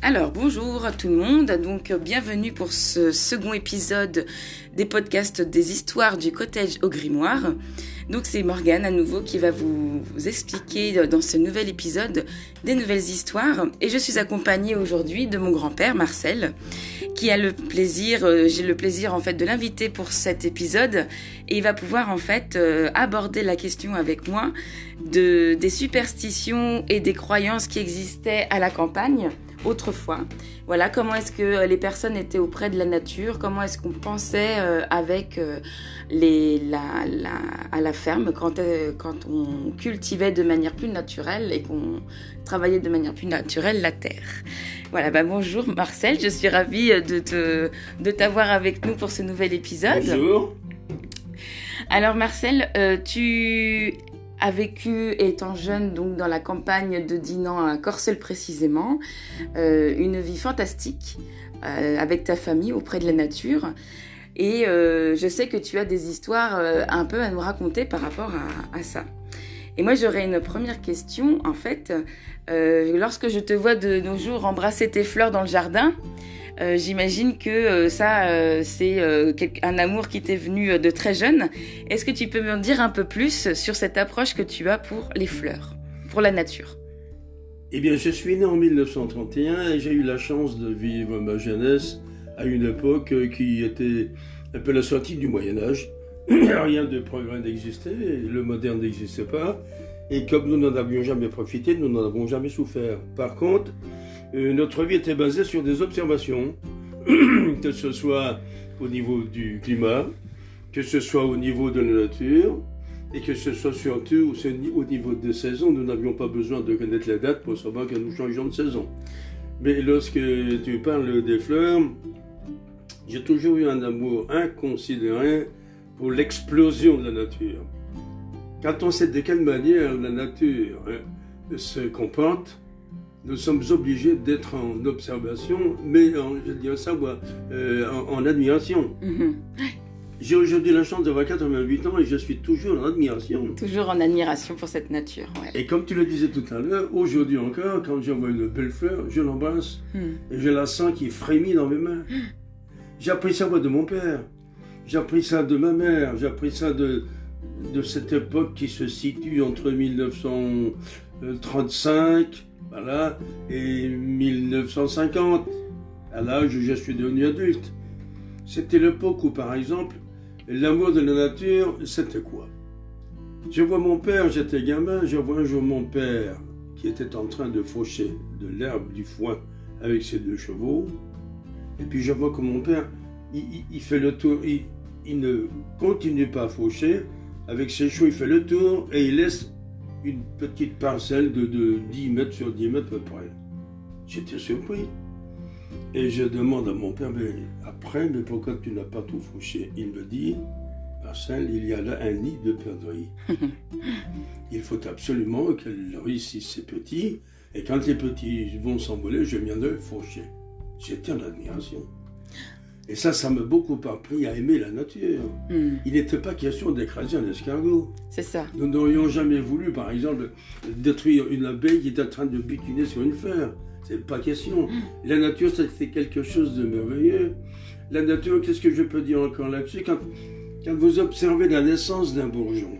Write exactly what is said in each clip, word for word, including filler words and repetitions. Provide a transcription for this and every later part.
Alors bonjour à tout le monde, donc bienvenue pour ce second épisode des podcasts des histoires du cottage au grimoire. Donc c'est Morgane à nouveau qui va vous, vous expliquer dans ce nouvel épisode des nouvelles histoires. Et je suis accompagnée aujourd'hui de mon grand-père Marcel, qui a le plaisir, euh, j'ai le plaisir en fait de l'inviter pour cet épisode. Et il va pouvoir en fait euh, aborder la question avec moi de, des superstitions et des croyances qui existaient à la campagne autrefois. Voilà, comment est-ce que les personnes étaient auprès de la nature, comment est-ce qu'on pensait euh, avec euh, les, la, la, à la ferme quand, euh, quand on cultivait de manière plus naturelle et qu'on travaillait de manière plus naturelle la terre. Voilà, bah bonjour Marcel, je suis ravie de, te, de t'avoir avec nous pour ce nouvel épisode. Bonjour. Alors Marcel, euh, tu a vécu étant jeune donc dans la campagne de Dinan à Corcelles précisément, euh, une vie fantastique euh, avec ta famille auprès de la nature. Et euh, je sais que tu as des histoires euh, un peu à nous raconter par rapport à, à ça. Et moi j'aurais une première question en fait. Euh, lorsque je te vois de nos jours embrasser tes fleurs dans le jardin, Euh, j'imagine que euh, ça, euh, c'est euh, un amour qui t'est venu de très jeune. Est-ce que tu peux me dire un peu plus sur cette approche que tu as pour les fleurs, pour la nature? Eh bien, je suis né en mille neuf cent trente et un et j'ai eu la chance de vivre ma jeunesse à une époque qui était un peu la sortie du Moyen-Âge. Rien de progrès n'existait, le moderne n'existait pas. Et comme nous n'en avions jamais profité, nous n'en avons jamais souffert. Par contre, euh, notre vie était basée sur des observations, que ce soit au niveau du climat, que ce soit au niveau de la nature, et que ce soit surtout au niveau des saisons. Nous n'avions pas besoin de connaître la date pour savoir que nous changeons de saison. Mais lorsque tu parles des fleurs, j'ai toujours eu un amour inconsidéré pour l'explosion de la nature. Quand on sait de quelle manière la nature hein, se comporte, nous sommes obligés d'être en observation, mais en, je dirais ça, moi, euh, en, en admiration. Mm-hmm. J'ai aujourd'hui la chance d'avoir quatre-vingt-huit ans et je suis toujours en admiration. Toujours en admiration pour cette nature. Ouais. Et comme tu le disais tout à l'heure, aujourd'hui encore, quand je vois une belle fleur, je l'embrasse mm. et je la sens qui frémit dans mes mains. Mm. J'ai appris ça moi de mon père, j'ai appris ça de ma mère, j'ai appris ça de... de cette époque qui se situe entre mille neuf cent trente-cinq voilà, et mille neuf cent cinquante, à l'âge où je suis devenu adulte. C'était l'époque où, par exemple, l'amour de la nature, c'était quoi? Je vois mon père, j'étais gamin, je vois un jour mon père qui était en train de faucher de l'herbe, du foin, avec ses deux chevaux, et puis je vois que mon père, il, il, il fait le tour, il, il ne continue pas à faucher. Avec ses chevaux, il fait le tour et il laisse une petite parcelle de, de dix mètres sur dix mètres à peu près. J'étais surpris. Et je demande à mon père, mais après, mais pourquoi tu n'as pas tout fauché? Il me dit, Marcel, il y a là un nid de perdrix. Il faut absolument qu'elle réussisse ses petits, et quand les petits vont s'envoler, je viendrai le faucher. J'étais en admiration. Et ça, ça m'a beaucoup appris à aimer la nature. Mm. Il n'était pas question d'écraser un escargot. C'est ça. Nous n'aurions jamais voulu, par exemple, détruire une abeille qui est en train de butiner sur une fleur. C'est pas question. Mm. La nature, c'est quelque chose de merveilleux. La nature, qu'est-ce que je peux dire encore là-dessus? Quand, quand vous observez la naissance d'un bourgeon,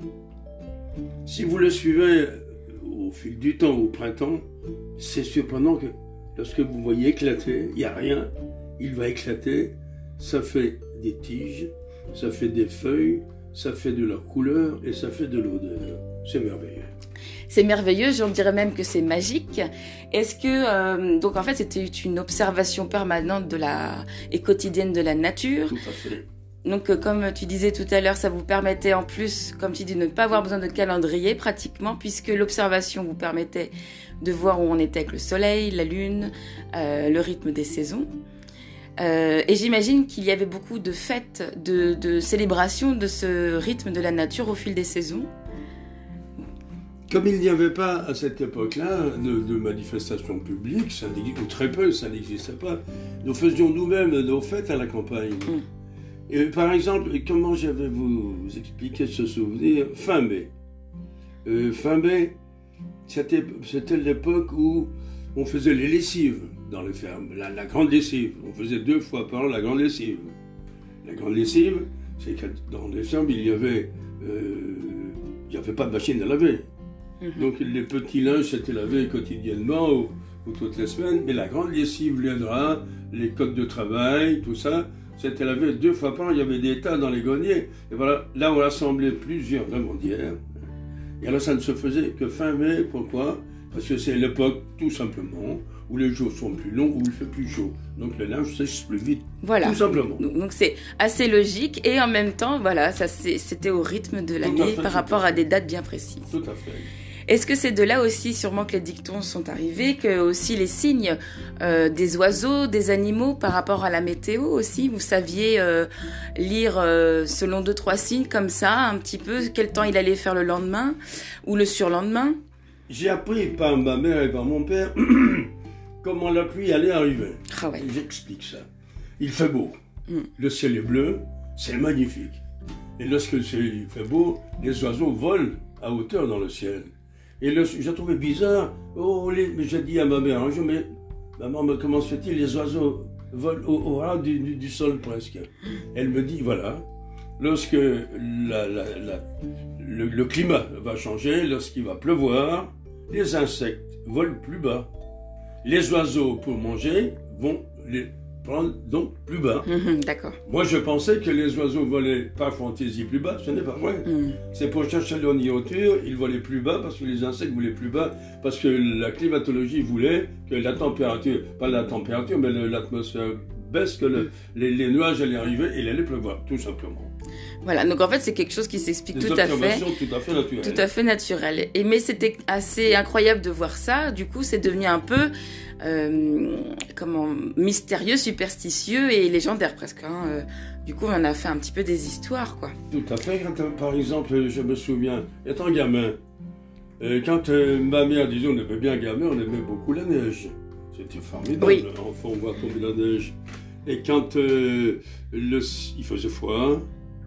si vous le suivez au fil du temps, au printemps, c'est surprenant que lorsque vous voyez éclater, il n'y a rien, il va éclater. Ça fait des tiges, ça fait des feuilles, ça fait de la couleur et ça fait de l'odeur. C'est merveilleux. C'est merveilleux, j'en dirais même que c'est magique. Est-ce que, euh, donc en fait, c'était une observation permanente de la, et quotidienne de la nature. Tout à fait. Donc, euh, comme tu disais tout à l'heure, ça vous permettait en plus, comme tu dis, de ne pas avoir besoin de calendrier pratiquement, puisque l'observation vous permettait de voir où on était avec le soleil, la lune, euh, le rythme des saisons. Euh, et j'imagine qu'il y avait beaucoup de fêtes, de, de célébrations de ce rythme de la nature au fil des saisons. Comme il n'y avait pas à cette époque-là de, de manifestations publiques, ça ou très peu, ça n'existait pas, nous faisions nous-mêmes nos fêtes à la campagne. Mm. Et par exemple, comment je vais vous expliquer ce souvenir? Fin mai. Euh, fin mai, c'était, c'était l'époque où on faisait les lessives dans les fermes, la, la grande lessive. On faisait deux fois par an la grande lessive. La grande lessive, c'est que dans les fermes, il y avait, euh, il n'y avait pas de machine à laver. Mm-hmm. Donc les petits linges s'étaient lavés quotidiennement ou, ou toutes les semaines, mais la grande lessive, les draps, les cottes de travail, tout ça, c'était lavé deux fois par an. Il y avait des tas dans les greniers. Et voilà, là on rassemblait plusieurs lavandières. Et alors ça ne se faisait que fin mai. Pourquoi ? Parce que c'est l'époque, tout simplement, où les jours sont plus longs, où il fait plus chaud. Donc le linge sèche plus vite, voilà. Tout simplement. Donc c'est assez logique et en même temps, voilà, ça c'était au rythme de l'année par rapport à des dates bien précises. Tout à fait. Est-ce que c'est de là aussi sûrement que les dictons sont arrivés, que aussi les signes euh, des oiseaux, des animaux par rapport à la météo aussi, vous saviez euh, lire euh, selon deux trois signes comme ça, un petit peu quel temps il allait faire le lendemain ou le surlendemain? J'ai appris par ma mère et par mon père comment la pluie allait arriver. Ah ouais. J'explique ça. Il fait beau, mm. le ciel est bleu, c'est magnifique. Et lorsque le ciel fait beau, les oiseaux volent à hauteur dans le ciel. Et le, j'ai trouvé bizarre, oh, les, j'ai dit à ma mère un jour, mais maman, comment se fait-il, les oiseaux volent au, au ras du, du, du sol presque. Elle me dit, voilà, lorsque la, la, la, le, le climat va changer, lorsqu'il va pleuvoir, les insectes volent plus bas. Les oiseaux, pour manger, vont les prendre donc plus bas. Mmh, d'accord. Moi, je pensais que les oiseaux volaient par fantaisie plus bas. Ce n'est pas vrai. Mmh. C'est pour chercher leur nourriture, ils volaient plus bas parce que les insectes volaient plus bas, parce que la climatologie voulait que la température, pas la température, mais l'atmosphère baisse, que le, les, les nuages allaient arriver et il allait pleuvoir, tout simplement. Voilà, donc en fait c'est quelque chose qui s'explique tout à fait, tout à fait naturel. Tout à fait naturel. Et mais c'était assez incroyable de voir ça. Du coup, c'est devenu un peu euh, comment mystérieux, superstitieux et légendaire presque. Hein. Euh, du coup, on a fait un petit peu des histoires, quoi. Tout à fait. Quand, par exemple, je me souviens, étant gamin, euh, quand euh, ma mère disait on aimait bien gamin, on aimait beaucoup la neige. C'était formidable. Oui. Enfant, on voit tomber la neige. Et quand euh, le, il faisait froid.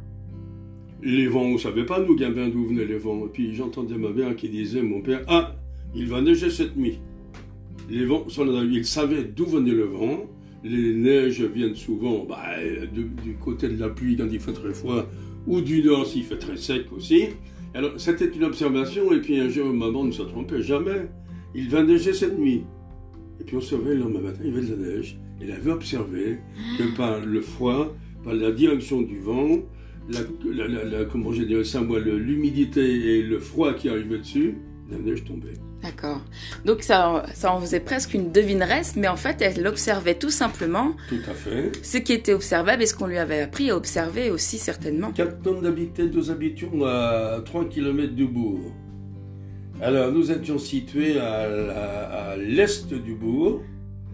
Les vents, on ne savait pas, nous, gamins, d'où venaient les vents. Et puis j'entendais ma mère qui disait, mon père, ah, il va neiger cette nuit. Les vents sont là. Il savait d'où venait le vent. Les neiges viennent souvent bah, de, du côté de la pluie quand il fait très froid, ou du nord s'il fait très sec aussi. Alors, c'était une observation, et puis un jour, maman ne se trompait jamais. Il va neiger cette nuit. Et puis on se réveille le lendemain matin, il y avait de la neige. Elle avait observé que par le froid, par la direction du vent, La, la, la, la, comment je dirais ça, moi, le, l'humidité et le froid qui arrivaient dessus, la neige tombait. D'accord. Donc ça, ça en faisait presque une devineresse, mais en fait, elle observait tout simplement. Tout à fait. Ce qui était observable et ce qu'on lui avait appris à observer aussi certainement. Quatre tonnes d'habitants, nous habitions à trois kilomètres du bourg. Alors, nous étions situés à, à, à l'est du bourg,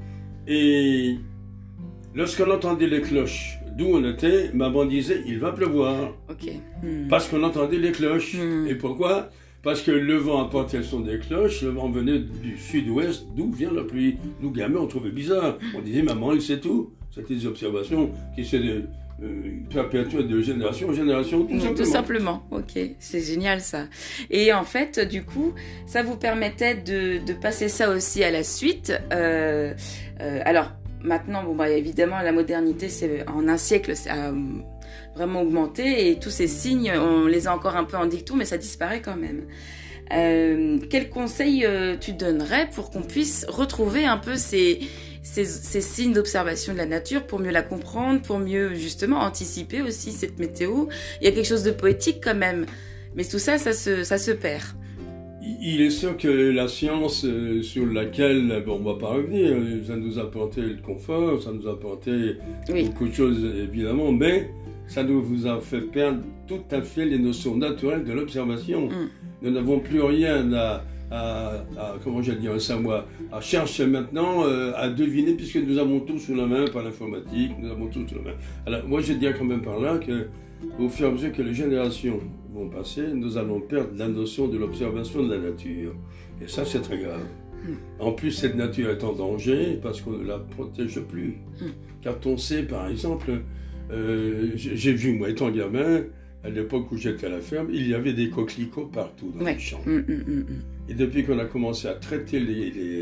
et lorsqu'on entendait les cloches, d'où on était, maman disait, il va pleuvoir. Ok. Hmm. Parce qu'on entendait les cloches. Hmm. Et pourquoi ? Parce que le vent apportait le son des cloches, le vent venait du sud-ouest, d'où vient la pluie. Nous, gamins, on trouvait bizarre. On disait, maman, elle sait tout. C'était des observations qui se euh, perpétuaient de génération en génération, tout oui, simplement. Tout simplement, ok. C'est génial, ça. Et en fait, du coup, ça vous permettait de, de passer ça aussi à la suite. Euh, euh, alors, maintenant, bon, bah, évidemment, la modernité, c'est, en un siècle, ça a vraiment augmenté et tous ces signes, on les a encore un peu en dicton, mais ça disparaît quand même. Euh, quel conseil euh, tu donnerais pour qu'on puisse retrouver un peu ces, ces, ces signes d'observation de la nature pour mieux la comprendre, pour mieux justement anticiper aussi cette météo? Il y a quelque chose de poétique quand même, mais tout ça, ça se, ça se perd. Il est sûr que la science euh, sur laquelle bon, on ne va pas revenir, ça nous a apporté le confort, ça nous a apporté oui. beaucoup de choses évidemment, mais ça nous vous a fait perdre tout à fait les notions naturelles de l'observation. Mm. Nous n'avons plus rien à, à, à comment je dire ça moi, à chercher maintenant, euh, à deviner, puisque nous avons tout sous la main par l'informatique, nous avons tout sous la main. Alors moi je dirais quand même par là que au fur et à mesure que les générations vont passer, nous allons perdre la notion de l'observation de la nature. Et ça, c'est très grave. Mm. En plus, cette nature est en danger parce qu'on ne la protège plus. Mm. Quand on sait, par exemple, euh, j'ai vu, moi, étant gamin, à l'époque où j'étais à la ferme, il y avait des coquelicots partout dans ouais. les champs. Mm, mm, mm. Et depuis qu'on a commencé à traiter les, les,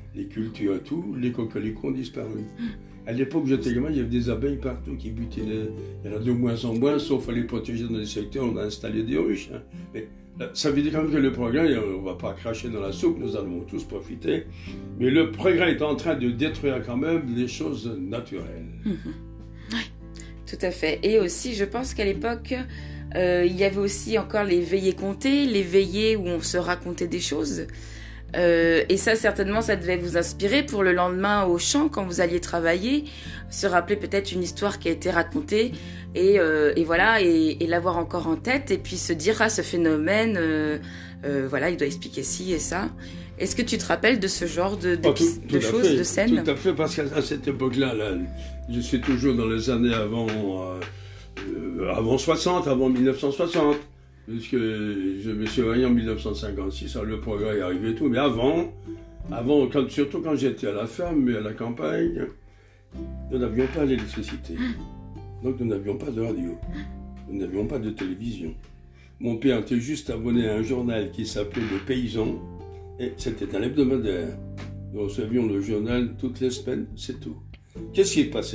les cultures et tout, les coquelicots ont disparu. À l'époque où j'étais gamin, il y avait des abeilles partout qui butinaient. Il y en a de moins en moins, sauf à les protéger dans les secteurs, on a installé des ruches. Hein. Mais là, ça veut dire quand même que le progrès, on ne va pas cracher dans la soupe, nous allons tous profiter. Mais le progrès est en train de détruire quand même les choses naturelles. Mmh. Oui, tout à fait. Et aussi, je pense qu'à l'époque, euh, il y avait aussi encore les veillées comptées, les veillées où on se racontait des choses. Euh, et ça, certainement, ça devait vous inspirer pour le lendemain au champ, quand vous alliez travailler, se rappeler peut-être une histoire qui a été racontée et, euh, et voilà, et, et l'avoir encore en tête, et puis se dire, ah, ce phénomène, euh, euh, voilà, il doit expliquer ci et ça. Est-ce que tu te rappelles de ce genre de, de, oh, tout, tout de choses, fait, de scènes? Tout à fait, parce qu'à cette époque-là, là, je suis toujours dans les années avant, euh, euh, avant soixante, avant mille neuf cent soixante. Puisque je me suis marié en mille neuf cent cinquante-six, le progrès est arrivé et tout. Mais avant, avant quand, surtout quand j'étais à la ferme, mais à la campagne, nous n'avions pas l'électricité. Donc nous n'avions pas de radio. Nous n'avions pas de télévision. Mon père était juste abonné à un journal qui s'appelait Le Paysan. Et c'était un hebdomadaire. Nous recevions le journal toutes les semaines, c'est tout. Qu'est-ce qui est passé ?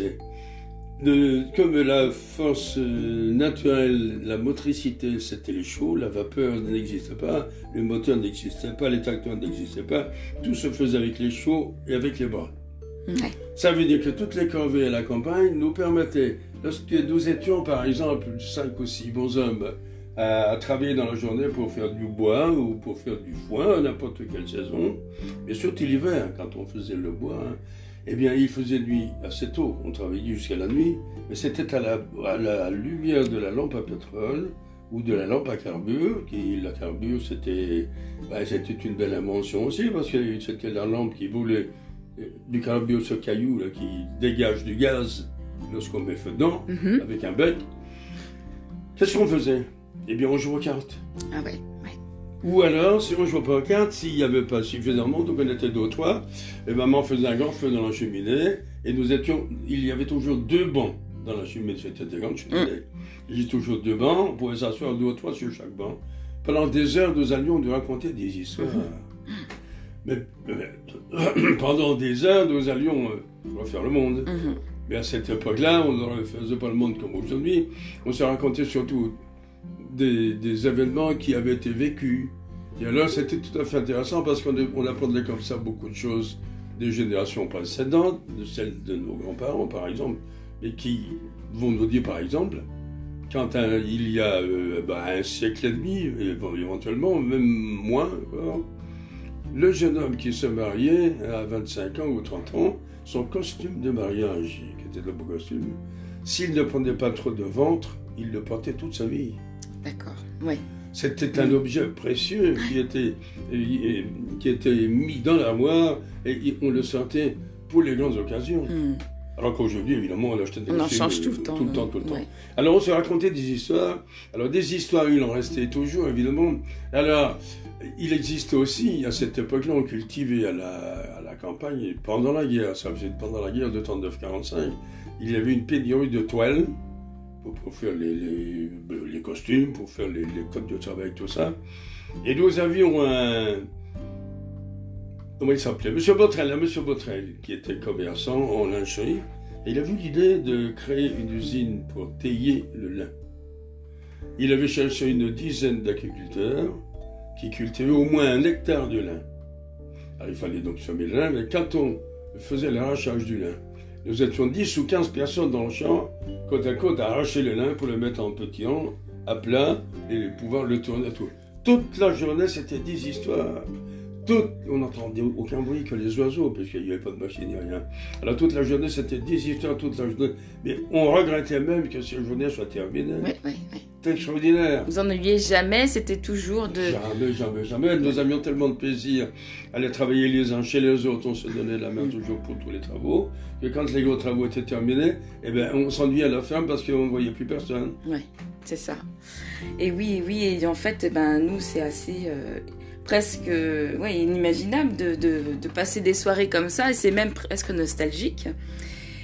De, comme la force euh, naturelle, la motricité, c'était les chevaux, la vapeur n'existait pas, le moteur n'existait pas, les tracteurs n'existaient pas, tout se faisait avec les chevaux et avec les bras. Ouais. Ça veut dire que toutes les corvées à la campagne nous permettaient, lorsque nous étions par exemple cinq ou six bons hommes à, à travailler dans la journée pour faire du bois ou pour faire du foin à n'importe quelle saison, mais surtout l'hiver quand on faisait le bois, hein, eh bien, il faisait nuit assez tôt, on travaillait jusqu'à la nuit, mais c'était à la, à la lumière de la lampe à pétrole ou de la lampe à carbure, qui, la carbure, c'était, ben, c'était une belle invention aussi, parce que c'était la lampe qui voulait du carbure, ce caillou là, qui dégage du gaz lorsqu'on met feu dedans, mm-hmm. avec un bec. Qu'est-ce qu'on faisait ? Eh bien, on jouait aux cartes. Ah ouais. Ou alors, si on ne jouait pas aux cartes, s'il n'y avait pas suffisamment, donc on était deux ou trois, et maman faisait un grand feu dans la cheminée, et nous étions, il y avait toujours deux bancs dans la cheminée, c'était des grandes cheminées. Mmh. Il y avait toujours deux bancs, on pouvait s'asseoir deux ou trois sur chaque banc. Pendant des heures, nous allions nous raconter des histoires. Mmh. Mais, mais pendant des heures, nous allions euh, refaire le monde. Mmh. Mais à cette époque-là, on ne faisait pas le monde comme aujourd'hui. On se racontait surtout Des, des événements qui avaient été vécus. Et alors, c'était tout à fait intéressant parce qu'on on apprenait comme ça beaucoup de choses des générations précédentes, de celles de nos grands-parents, par exemple, et qui vont nous dire, par exemple, quand un, il y a euh, bah, un siècle et demi, et bon, éventuellement, même moins encore, le jeune homme qui se mariait à vingt-cinq ans ou trente ans, son costume de mariage, qui était le beau costume, s'il ne prenait pas trop de ventre, il le portait toute sa vie. D'accord, oui. C'était un objet précieux qui était, qui était mis dans l'armoire et on le sentait pour les grandes occasions. Mm. Alors qu'aujourd'hui, évidemment, on achète des On en change tout le temps. Tout le temps, tout le temps. Ouais. Alors on se racontait des histoires. Alors des histoires, il en restait toujours, évidemment. Alors, il existait aussi, à cette époque-là, on cultivait à la, à la campagne, pendant la guerre, ça faisait pendant la guerre de trente-neuf quarante-cinq, il y avait une pénurie de toile. Pour, pour faire les, les, les costumes, pour faire les, les codes de travail, tout ça. Et nous avions un... Comment il s'appelait ? Monsieur Botrel, hein, Monsieur Botrel, qui était commerçant en lingerie. Et il a eu l'idée de créer une usine pour tailler le lin. Il avait cherché une dizaine d'agriculteurs qui cultivaient au moins un hectare de lin. Alors il fallait donc semer le lin, mais quand on faisait l'arrachage du lin, nous étions dix ou quinze personnes dans le champ, côte à côte, à arracher le lin pour le mettre en pétillant, à plat, et pouvoir le tourner tout. Toute la journée, c'était des histoires. Toute, on n'entendait aucun bruit que les oiseaux, parce qu'il n'y avait pas de machine ni rien. Alors toute la journée, c'était des histoires toute la journée. Mais on regrettait même que cette journée soit terminée. Oui, oui, oui. C'était extraordinaire. Vous ennuyiez jamais, c'était toujours de... Jamais, jamais, jamais. Nous avions tellement de plaisir à aller travailler les uns chez les autres. On se donnait la main toujours pour tous les travaux. Et quand les gros travaux étaient terminés, eh ben, on s'ennuyait à la ferme parce qu'on ne voyait plus personne. Oui, c'est ça. Et oui, oui, et en fait, eh ben, nous, c'est assez... Euh... presque ouais, inimaginable de, de, de passer des soirées comme ça, et c'est même presque nostalgique.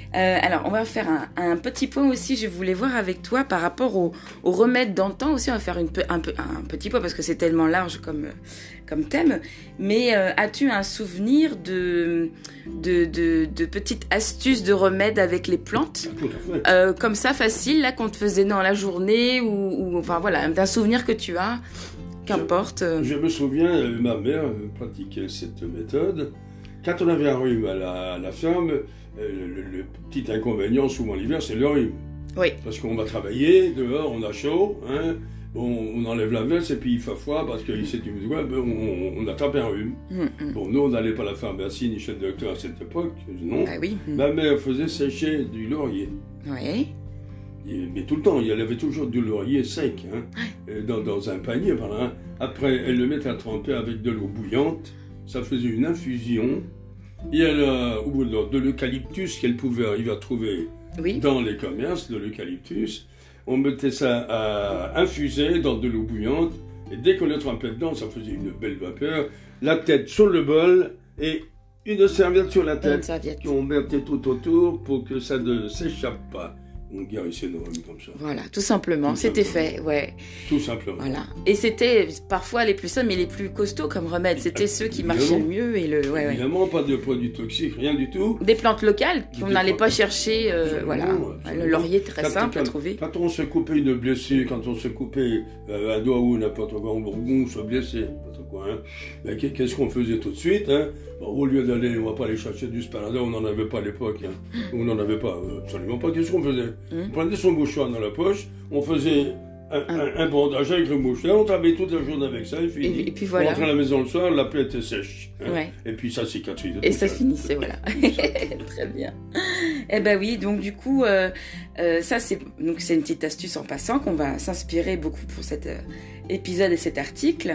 Euh, alors, on va faire un, un petit point aussi. Je voulais voir avec toi par rapport aux au remèdes d'antan aussi. On va faire une, un, un petit point parce que c'est tellement large comme, comme thème. Mais euh, as-tu un souvenir de, de, de, de petites astuces de remèdes avec les plantes? Tout à fait. Euh, comme ça, facile, là, qu'on te faisait dans la journée ou, ou enfin voilà, d'un souvenir que tu as, qu'importe. Je, je me souviens, euh, ma mère pratiquait cette méthode. Quand on avait un rhume à la, à la ferme, euh, le, le petit inconvénient, souvent l'hiver, c'est le rhume. Oui. Parce qu'on va travailler, dehors, on a chaud, hein, bon, on enlève la veste et puis il fait froid parce qu'il s'est du quoi, ben, on, on attrape un rhume. Mm-hmm. Bon, nous, on n'allait pas à la pharmacie ni chez le docteur à cette époque, non. Ah oui. Mm. Ma mère faisait sécher du laurier. Oui. Et, mais tout le temps, il y avait toujours du laurier sec, hein, dans, dans un panier. Voilà. Après, elle le mettait à tremper avec de l'eau bouillante. Ça faisait une infusion. Et elle a, ou de l'eucalyptus qu'elle pouvait arriver à trouver oui. dans les commerces, de l'eucalyptus. On mettait ça à infuser dans de l'eau bouillante. Et dès qu'on le trempait dedans, ça faisait une belle vapeur. La tête sur le bol et une serviette sur la tête. Qu'on mettait tout autour pour que ça ne s'échappe pas. On guérissait nos rhumes comme ça. Voilà, tout simplement, tout c'était simplement. fait, ouais. Tout simplement. Voilà. Et c'était parfois les plus simples, mais les plus costauds comme remèdes. C'était ceux qui évidemment, marchaient le mieux. Et le, ouais, évidemment, ouais. pas de produits toxiques, rien du tout. Des plantes locales qu'on n'allait pas chercher, euh, voilà. Absolument. Le laurier, très quand, simple quand, à trouver. Quand on se coupait une blessure, quand on se coupait euh, un doigt ou n'importe quoi, on se blessait, n'importe quoi. Hein. Mais qu'est-ce qu'on faisait tout de suite, hein? Bon, au lieu d'aller, on va pas aller chercher du Sparadrap, on n'en avait pas à l'époque. Hein. On n'en avait pas, euh, absolument pas. Qu'est-ce qu'on faisait? Hum. On prenait son mouchoir dans la poche, on faisait un, un. Un, un bandage avec le mouchoir, on travaillait toute la journée avec ça, et, fini. et, et puis voilà. On rentrait à la maison le soir, la plaie était sèche. Hein. Ouais. Et puis ça cicatrisait. Et ça, ça finissait, voilà. Très bien. Eh ben oui, donc du coup, euh, euh, ça c'est donc c'est une petite astuce en passant qu'on va s'inspirer beaucoup pour cet euh, épisode et cet article.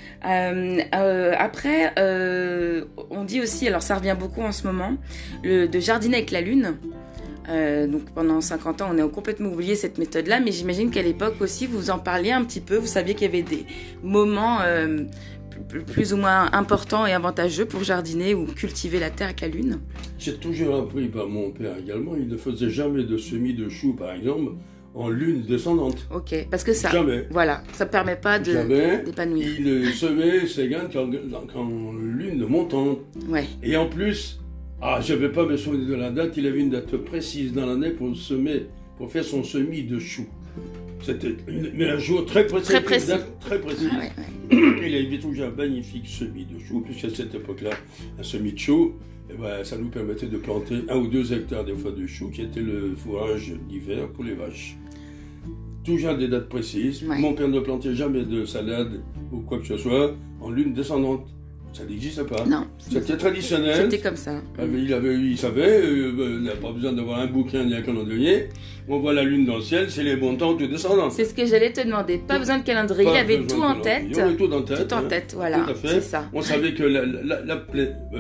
Euh, euh, après, euh, on dit aussi, alors ça revient beaucoup en ce moment, le, de jardiner avec la lune. Euh, donc pendant cinquante ans, on a complètement oublié cette méthode-là, mais j'imagine qu'à l'époque aussi, vous en parliez un petit peu. Vous saviez qu'il y avait des moments euh, plus, plus ou moins importants et avantageux pour jardiner ou cultiver la terre avec la lune. J'ai toujours appris par mon père également, il ne faisait jamais de semis de choux, par exemple, en lune descendante. Ok, parce que ça, jamais. Voilà, ça ne permet pas de, d'épanouir. Il semait ses graines qu'en, qu'en lune montante. Ouais. Et en plus, ah, je ne vais pas me souvenir de la date, il avait une date précise dans l'année pour semer, pour faire son semis de choux. C'était une, mais un jour très précis. Très précis. Une date très précise. Ah, ouais, ouais. Il avait toujours un magnifique semis de choux, puisqu'à cette époque-là, un semis de choux, eh ben, ça nous permettait de planter un ou deux hectares des fois de choux, qui était le fourrage d'hiver pour les vaches. Toujours des dates précises. Ouais. Mon père ne plantait jamais de salade ou quoi que ce soit en lune descendante. Ça n'existe pas. Non. C'était traditionnel. C'était comme ça. Il, avait, il savait, euh, il n'a pas besoin d'avoir un bouquin ni un calendrier. On voit la lune dans le ciel, c'est les bons temps du descendant. C'est ce que j'allais te demander. Pas besoin de calendrier, il avait tout en tête. Il avait tout en tête. Tout en tête, hein. Voilà. Tout à fait. C'est ça. On savait que la, la, la, la euh,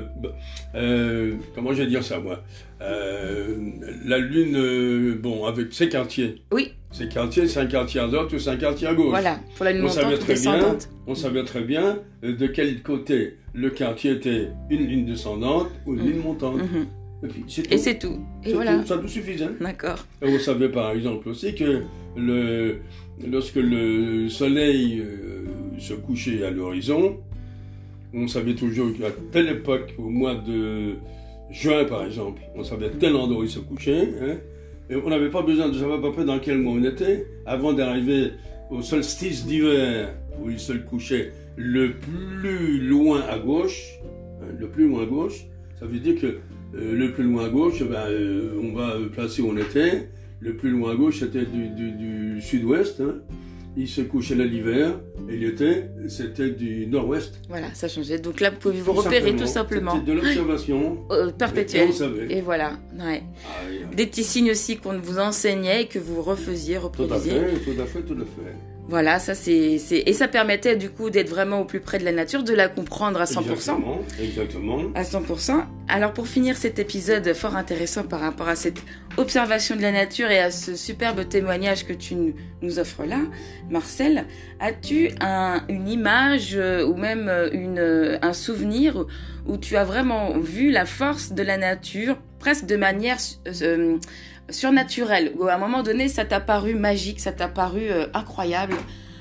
euh, comment je vais dire ça, moi euh, la lune, euh, bon, avec ses quartiers. Oui. Ces quartiers, c'est un quartier à droite ou c'est un quartier à gauche. Voilà, pour la lune montante ou descendante. On savait très bien de quel côté le quartier était une ligne descendante ou une mmh. ligne montante. Mmh. Et, puis, c'est tout. Et c'est tout. Et c'est voilà. Tout. Ça nous suffisait. D'accord. Et on savait par exemple aussi que le, lorsque le soleil euh, se couchait à l'horizon, on savait toujours qu'à telle époque, au mois de juin par exemple, on savait tel endroit où il se couchait. Hein, et on n'avait pas besoin de savoir à peu près dans quel mois on était avant d'arriver au solstice d'hiver où il se couchait le plus loin à gauche. Hein, le plus loin à gauche, ça veut dire que euh, le plus loin à gauche, ben, euh, on va placer où on était. Le plus loin à gauche, c'était du, du, du sud-ouest. Hein. Il se couchait là l'hiver et l'été, c'était du nord-ouest. Voilà, ça changeait. Donc là, vous pouvez vous tout repérer simplement. tout simplement. C'était de l'observation. Euh, perpétuelle. Et, on savait. Et voilà. Ouais. Ah, oui. Des petits signes aussi qu'on vous enseignait et que vous refaisiez, reproduisiez. Tout à fait, tout à fait, tout à fait. Voilà, ça c'est, c'est... Et ça permettait du coup d'être vraiment au plus près de la nature, de la comprendre à cent pour cent. Exactement, exactement. À cent pour cent. Alors pour finir cet épisode fort intéressant par rapport à cette observation de la nature et à ce superbe témoignage que tu nous offres là, Marcel, as-tu un, une image ou même une, un souvenir où tu as vraiment vu la force de la nature presque de manière euh, surnaturelle. Ou à un moment donné, ça t'a paru magique, ça t'a paru euh, incroyable,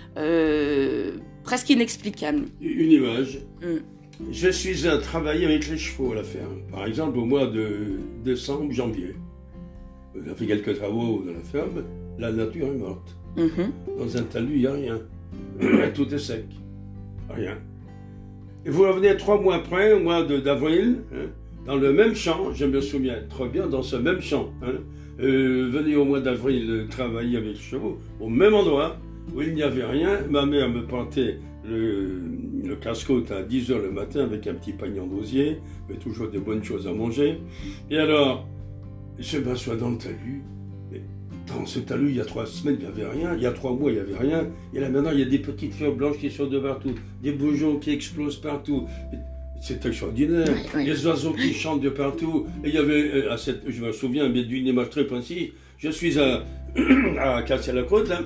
euh, presque inexplicable. Une image. Mm. Je suis à travailler avec les chevaux à la ferme. Par exemple, au mois de décembre, janvier. On a fait quelques travaux dans la ferme. La nature est morte. Mm-hmm. Dans un talus, il n'y a rien. Tout est sec. Rien. Et vous revenez trois mois après, au mois de, d'avril, hein, dans le même champ, je me souviens trop bien, dans ce même champ. Hein, euh, venez au mois d'avril euh, travailler avec les chevaux, au même endroit, où il n'y avait rien. Ma mère me portait le, le casse-côte à dix heures le matin avec un petit panier d'osier, mais toujours des bonnes choses à manger. Et alors, je m'assois dans le talus. Dans ce talus, il y a trois semaines, il n'y avait rien. Il y a trois mois, il n'y avait rien. Et là, maintenant, il y a des petites fleurs blanches qui sortent de partout. Des bourgeons qui explosent partout. C'est extraordinaire. Oui, oui. Les oiseaux qui chantent de partout. Et il y avait, à cette, je me souviens, mais d'une image très précise. Je suis à, à Casser-la-Côte, là.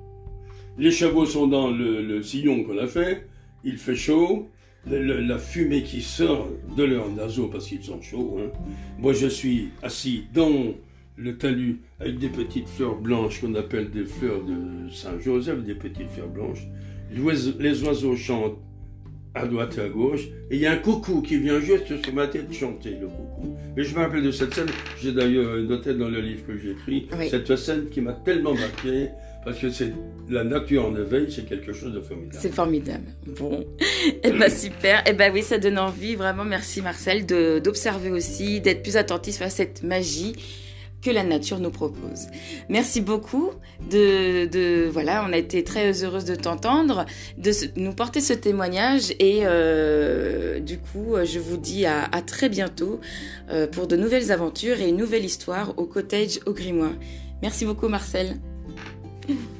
Les chevaux sont dans le, le sillon qu'on a fait. Il fait chaud. Le, le, la fumée qui sort de leurs naseaux parce qu'ils sont chauds. Hein. Moi, je suis assis dans le talus avec des petites fleurs blanches qu'on appelle des fleurs de Saint-Joseph, des petites fleurs blanches. Les oiseaux chantent à droite et à gauche, et il y a un coucou qui vient juste sur ma tête chanter, le coucou. Et je me rappelle de cette scène, j'ai d'ailleurs noté dans le livre que j'ai écrit, oui. Cette scène qui m'a tellement marqué, parce que c'est la nature en éveil, c'est quelque chose de formidable. C'est formidable. Bon, eh ben super. Eh ben oui, ça donne envie, vraiment. Merci Marcel de, d'observer aussi, d'être plus attentif à cette magie que la nature nous propose. Merci beaucoup de, de voilà, on a été très heureuse de t'entendre, de se, nous porter ce témoignage et euh, du coup, je vous dis à, à très bientôt euh, pour de nouvelles aventures et une nouvelle histoire au Cottage au Grimoire. Merci beaucoup Marcel.